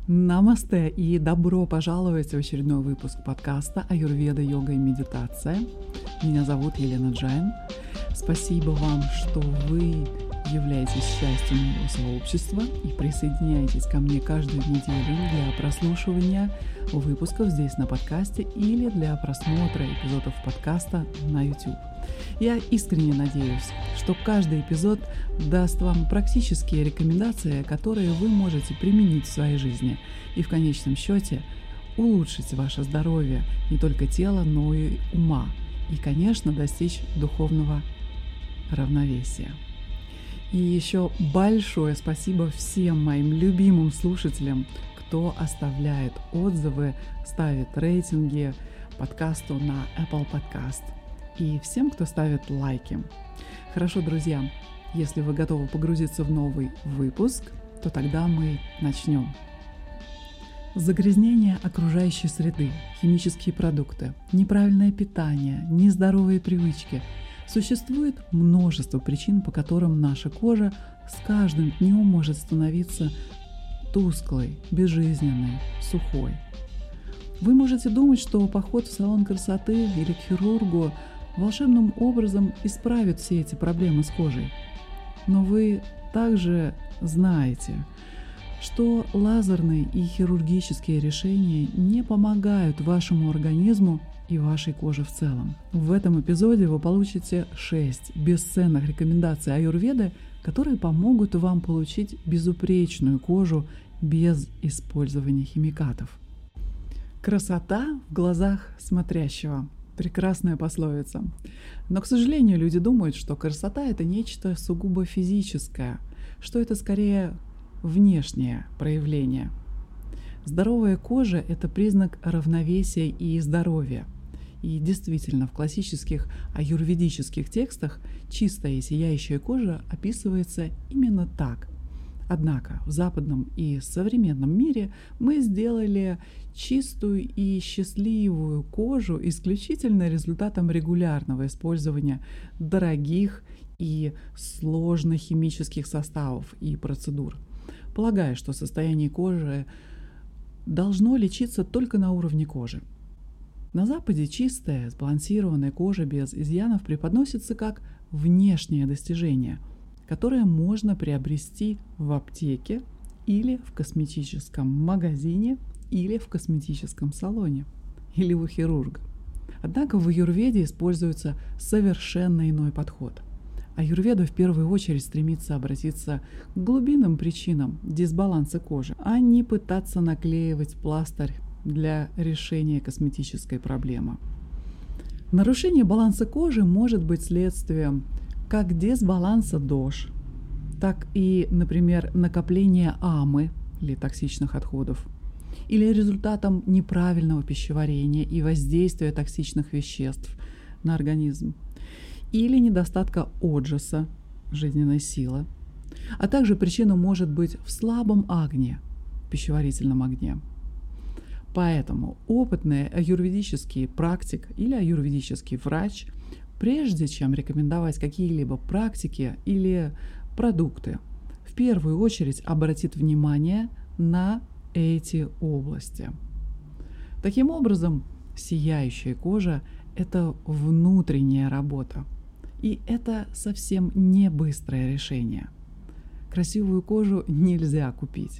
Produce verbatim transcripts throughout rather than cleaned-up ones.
Намасте и добро пожаловать в очередной выпуск подкаста «Аюрведа, йога и медитация». Меня зовут Елена Джайн. Спасибо вам, что вы являетесь частью моего сообщества и присоединяетесь ко мне каждую неделю для прослушивания выпусков здесь на подкасте или для просмотра эпизодов подкаста на YouTube. Я искренне надеюсь, что каждый эпизод даст вам практические рекомендации, которые вы можете применить в своей жизни и в конечном счете улучшить ваше здоровье не только тела, но и ума и, конечно, достичь духовного равновесия. И еще большое спасибо всем моим любимым слушателям, кто оставляет отзывы, ставит рейтинги подкасту на Apple Podcast. И всем, кто ставит лайки. Хорошо, друзья, если вы готовы погрузиться в новый выпуск, то тогда мы начнем. Загрязнение окружающей среды, химические продукты, неправильное питание, нездоровые привычки. Существует множество причин, по которым наша кожа с каждым днем может становиться тусклой, безжизненной, сухой. Вы можете думать, что поход в салон красоты или к хирургу волшебным образом исправит все эти проблемы с кожей. Но вы также знаете, что лазерные и хирургические решения не помогают вашему организму и вашей коже в целом. В этом эпизоде вы получите шесть бесценных рекомендаций аюрведы, которые помогут вам получить безупречную кожу без использования химикатов. Красота в глазах смотрящего. Прекрасная пословица. Но, к сожалению, люди думают, что красота – это нечто сугубо физическое, что это скорее внешнее проявление. Здоровая кожа – это признак равновесия и здоровья. И действительно, в классических аюрведических текстах чистая и сияющая кожа описывается именно так. Однако в западном и современном мире мы сделали чистую и счастливую кожу исключительно результатом регулярного использования дорогих и сложных химических составов и процедур, полагая, что состояние кожи должно лечиться только на уровне кожи. На Западе чистая, сбалансированная кожа без изъянов преподносится как внешнее достижение, которое можно приобрести в аптеке или в косметическом магазине, или в косметическом салоне, или у хирурга. Однако в аюрведе используется совершенно иной подход. Аюрведа в первую очередь стремится обратиться к глубинным причинам дисбаланса кожи, а не пытаться наклеивать пластырь для решения косметической проблемы. Нарушение баланса кожи может быть следствием как дисбаланса дош, так и, например, накопления амы или токсичных отходов, или результатом неправильного пищеварения и воздействия токсичных веществ на организм, или недостатка оджаса, жизненной силы, а также причина может быть в слабом агне, пищеварительном огне. Поэтому опытный аюрведический практик или аюрведический врач, прежде чем рекомендовать какие-либо практики или продукты, в первую очередь обратит внимание на эти области. Таким образом, сияющая кожа – это внутренняя работа, и это совсем не быстрое решение. Красивую кожу нельзя купить.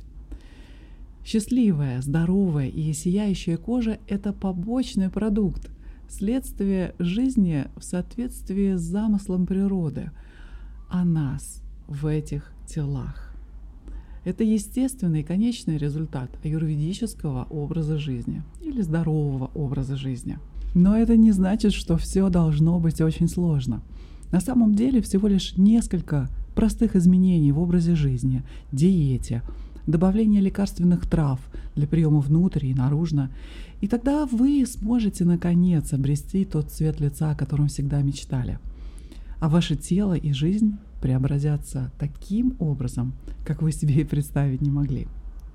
Счастливая, здоровая и сияющая кожа – это побочный продукт, следствие жизни в соответствии с замыслом природы о нас в этих телах. Это естественный конечный результат аюрведического образа жизни или здорового образа жизни. Но это не значит, что все должно быть очень сложно. На самом деле всего лишь несколько простых изменений в образе жизни, диете, добавление лекарственных трав для приема внутрь и наружно, и тогда вы сможете наконец обрести тот цвет лица, о котором всегда мечтали. А ваше тело и жизнь преобразятся таким образом, как вы себе и представить не могли.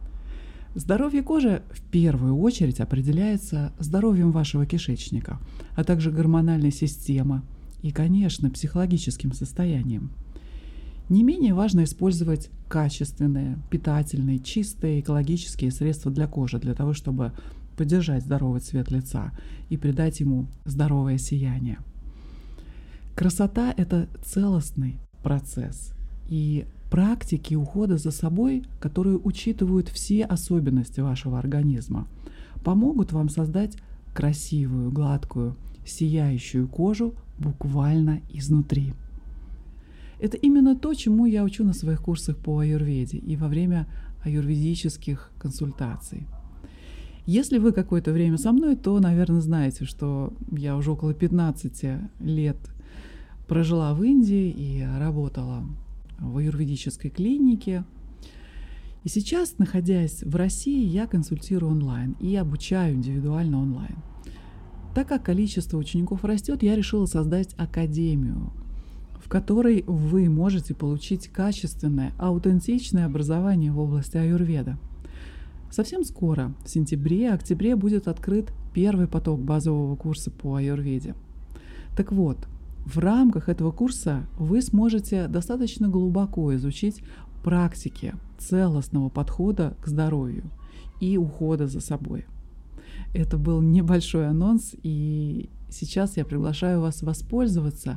Здоровье кожи в первую очередь определяется здоровьем вашего кишечника, а также гормональной системы и, конечно, психологическим состоянием. Не менее важно использовать качественные, питательные, чистые, экологические средства для кожи, для того, чтобы поддержать здоровый цвет лица и придать ему здоровое сияние. Красота – это целостный процесс, и практики ухода за собой, которые учитывают все особенности вашего организма, помогут вам создать красивую, гладкую, сияющую кожу буквально изнутри. Это именно то, чему я учу на своих курсах по аюрведе и во время аюрведических консультаций. Если вы какое-то время со мной, то, наверное, знаете, что я уже около пятнадцати лет прожила в Индии и работала в аюрведической клинике. И сейчас, находясь в России, я консультирую онлайн и обучаю индивидуально онлайн. Так как количество учеников растет, я решила создать академию, в которой вы можете получить качественное, аутентичное образование в области аюрведа. Совсем скоро, в сентябре-октябре, будет открыт первый поток базового курса по аюрведе. Так вот, в рамках этого курса вы сможете достаточно глубоко изучить практики целостного подхода к здоровью и ухода за собой. Это был небольшой анонс, и сейчас я приглашаю вас воспользоваться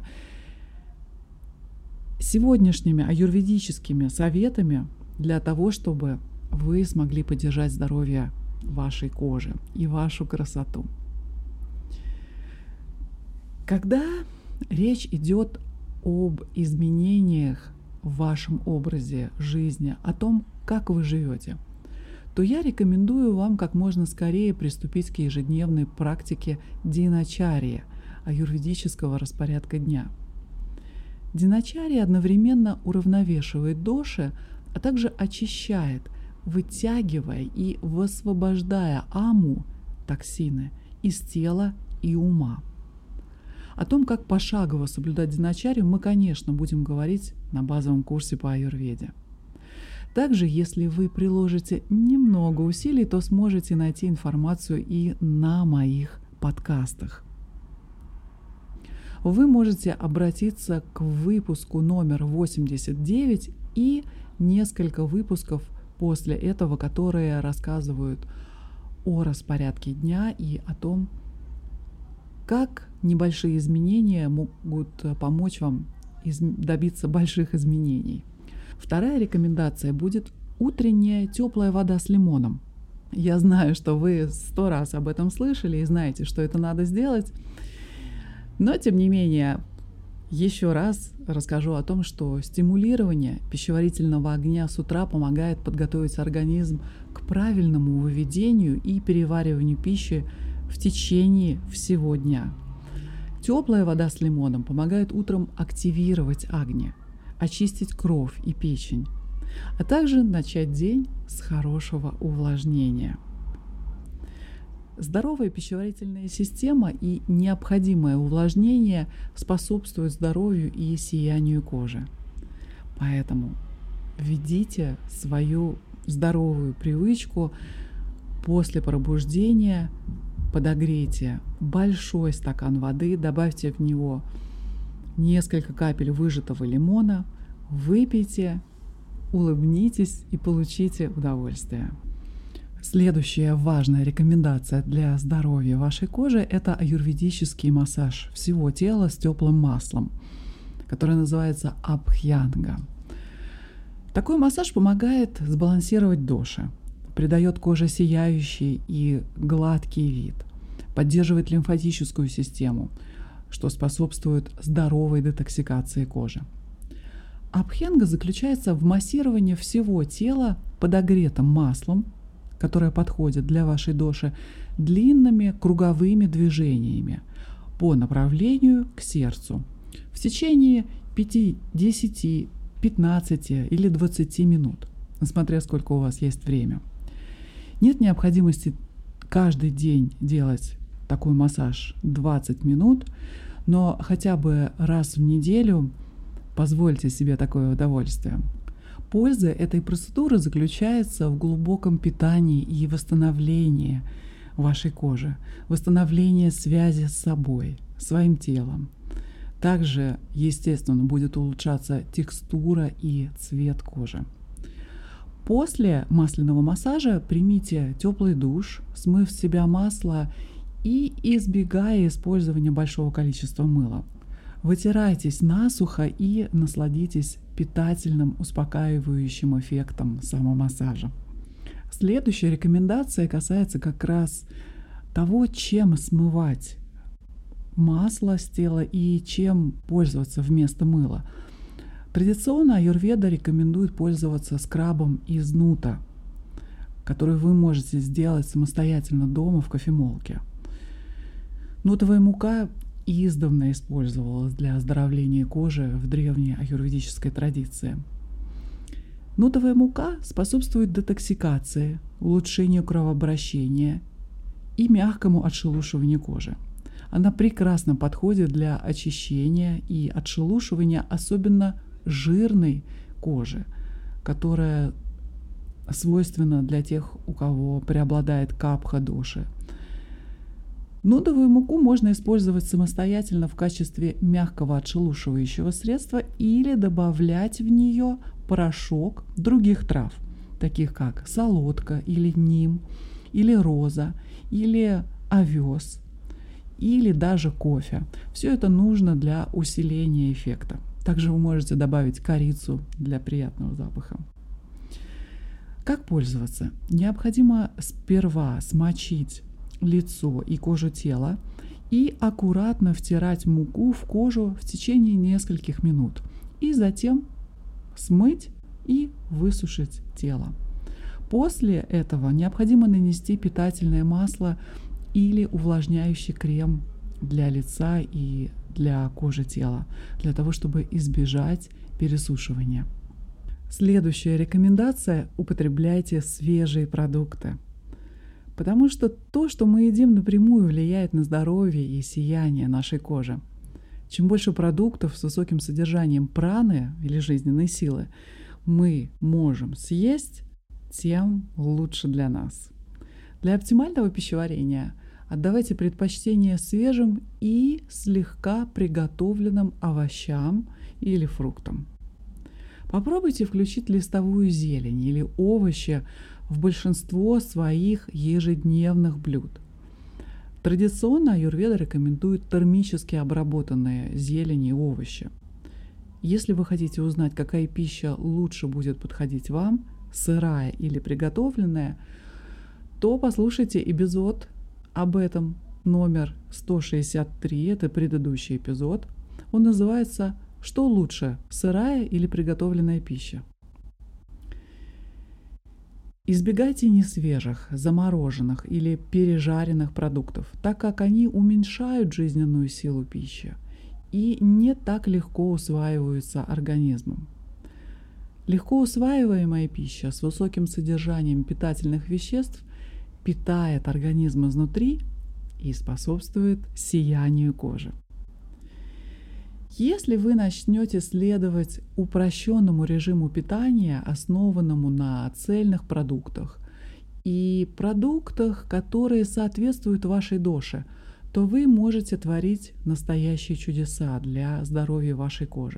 сегодняшними аюрведическими советами для того, чтобы вы смогли поддержать здоровье вашей кожи и вашу красоту. Когда речь идет об изменениях в вашем образе жизни, о том, как вы живете, то я рекомендую вам как можно скорее приступить к ежедневной практике диначарья, аюрведического распорядка дня. Диначарья одновременно уравновешивает доши, а также очищает, вытягивая и высвобождая аму, токсины, из тела и ума. О том, как пошагово соблюдать диначарью, мы, конечно, будем говорить на базовом курсе по аюрведе. Также, если вы приложите немного усилий, то сможете найти информацию и на моих подкастах. Вы можете обратиться к выпуску номер восемьдесят девять и несколько выпусков после этого, которые рассказывают о распорядке дня и о том, как небольшие изменения могут помочь вам добиться больших изменений. Вторая рекомендация будет утренняя теплая вода с лимоном. Я знаю, что вы сто раз об этом слышали и знаете, что это надо сделать, но тем не менее еще раз расскажу о том, что стимулирование пищеварительного огня с утра помогает подготовить организм к правильному выведению и перевариванию пищи в течение всего дня. Теплая вода с лимоном помогает утром активировать агни, очистить кровь и печень, а также начать день с хорошего увлажнения. Здоровая пищеварительная система и необходимое увлажнение способствуют здоровью и сиянию кожи. Поэтому введите свою здоровую привычку после пробуждения, подогрейте большой стакан воды, добавьте в него несколько капель выжатого лимона, выпейте, улыбнитесь и получите удовольствие. Следующая важная рекомендация для здоровья вашей кожи – это аюрведический массаж всего тела с теплым маслом, который называется абхьянга. Такой массаж помогает сбалансировать доши, придает коже сияющий и гладкий вид, поддерживает лимфатическую систему, что способствует здоровой детоксикации кожи. Абхьянга заключается в массировании всего тела подогретым маслом, которое подходит для вашей доши, длинными круговыми движениями по направлению к сердцу в течение пяти, десяти, пятнадцати или двадцати минут, смотря сколько у вас есть время. Нет необходимости каждый день делать такой массаж двадцать минут, но хотя бы раз в неделю позвольте себе такое удовольствие. Польза этой процедуры заключается в глубоком питании и восстановлении вашей кожи, восстановлении связи с собой, своим телом. Также, естественно, будет улучшаться текстура и цвет кожи. После масляного массажа примите теплый душ, смыв с себя масло и избегая использования большого количества мыла. Вытирайтесь насухо и насладитесь питательным успокаивающим эффектом самомассажа. Следующая рекомендация касается как раз того, чем смывать масло с тела и чем пользоваться вместо мыла. Традиционно аюрведа рекомендует пользоваться скрабом из нута, который вы можете сделать самостоятельно дома в кофемолке. Нутовая мука издавна использовалась для оздоровления кожи в древней аюрведической традиции. Нутовая мука способствует детоксикации, улучшению кровообращения и мягкому отшелушиванию кожи. Она прекрасно подходит для очищения и отшелушивания особенно жирной кожи, которая свойственна для тех, у кого преобладает капха-доши. Нутовую муку можно использовать самостоятельно в качестве мягкого отшелушивающего средства или добавлять в нее порошок других трав, таких как солодка или ним, или роза, или овес, или даже кофе. Все это нужно для усиления эффекта. Также вы можете добавить корицу для приятного запаха. Как пользоваться? Необходимо сперва смочить лицо и кожу тела и аккуратно втирать муку в кожу в течение нескольких минут. И затем смыть и высушить тело. После этого необходимо нанести питательное масло или увлажняющий крем для лица и для кожи тела, для того, чтобы избежать пересушивания. Следующая рекомендация – употребляйте свежие продукты. Потому что то, что мы едим, напрямую влияет на здоровье и сияние нашей кожи. Чем больше продуктов с высоким содержанием праны или жизненной силы мы можем съесть, тем лучше для нас. Для оптимального пищеварения отдавайте предпочтение свежим и слегка приготовленным овощам или фруктам. Попробуйте включить листовую зелень или овощи в большинство своих ежедневных блюд. Традиционно аюрведа рекомендует термически обработанные зелень и овощи. Если вы хотите узнать, какая пища лучше будет подходить вам, сырая или приготовленная, то послушайте эпизод об этом, номер сто шестьдесят три, это предыдущий эпизод. Он называется «Что лучше, сырая или приготовленная пища?». Избегайте несвежих, замороженных или пережаренных продуктов, так как они уменьшают жизненную силу пищи и не так легко усваиваются организмом. Легко усваиваемая пища с высоким содержанием питательных веществ питает организм изнутри и способствует сиянию кожи. Если вы начнете следовать упрощенному режиму питания, основанному на цельных продуктах и продуктах, которые соответствуют вашей доше, то вы можете творить настоящие чудеса для здоровья вашей кожи.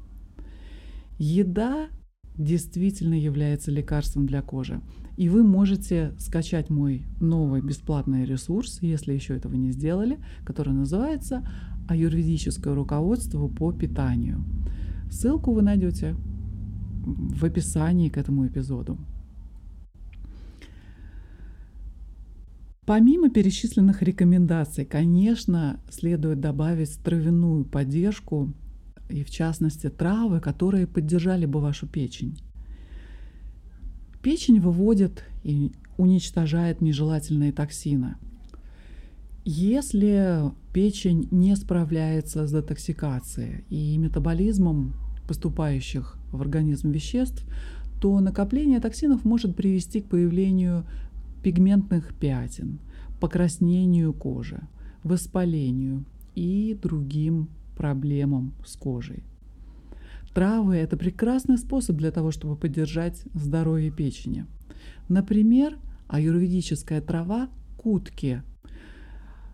Еда действительно является лекарством для кожи, и вы можете скачать мой новый бесплатный ресурс, если еще этого не сделали, который называется «Аюрведическое руководство по питанию». Ссылку вы найдете в описании к этому эпизоду. Помимо перечисленных рекомендаций, конечно, следует добавить травяную поддержку, и в частности травы, которые поддержали бы вашу печень. Печень выводит и уничтожает нежелательные токсины. Если печень не справляется с детоксикацией и метаболизмом поступающих в организм веществ, то накопление токсинов может привести к появлению пигментных пятен, покраснению кожи, воспалению и другим проблемам с кожей. Травы – это прекрасный способ для того, чтобы поддержать здоровье печени. Например, аюрведическая трава кутки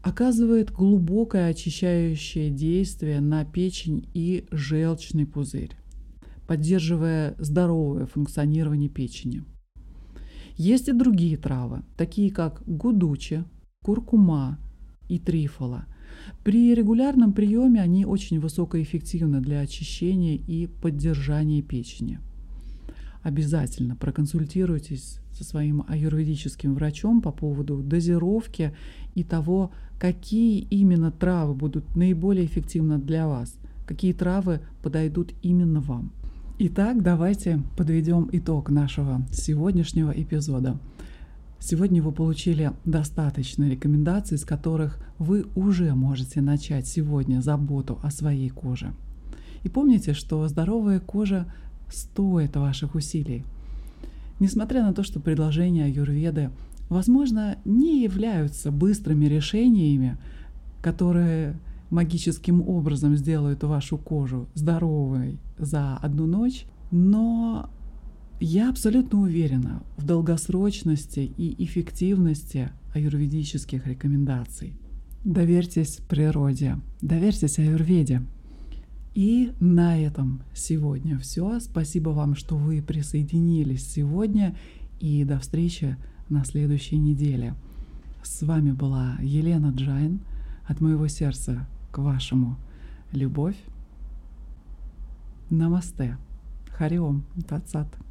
оказывает глубокое очищающее действие на печень и желчный пузырь, поддерживая здоровое функционирование печени. Есть и другие травы, такие как гудучи, куркума и трифола. При регулярном приеме они очень высокоэффективны для очищения и поддержания печени. Обязательно проконсультируйтесь со своим аюрведическим врачом по поводу дозировки и того, какие именно травы будут наиболее эффективны для вас, какие травы подойдут именно вам. Итак, давайте подведем итог нашего сегодняшнего эпизода. Сегодня вы получили достаточно рекомендаций, из которых вы уже можете начать сегодня заботу о своей коже. И помните, что здоровая кожа стоит ваших усилий. Несмотря на то, что предложения аюрведы, возможно, не являются быстрыми решениями, которые магическим образом сделают вашу кожу здоровой за одну ночь, но я абсолютно уверена в долгосрочности и эффективности аюрведических рекомендаций. Доверьтесь природе, доверьтесь аюрведе. И на этом сегодня все. Спасибо вам, что вы присоединились сегодня, и до встречи на следующей неделе. С вами была Елена Джайн. От моего сердца к вашему любовь. Намасте. Хари Ом Тат Сат.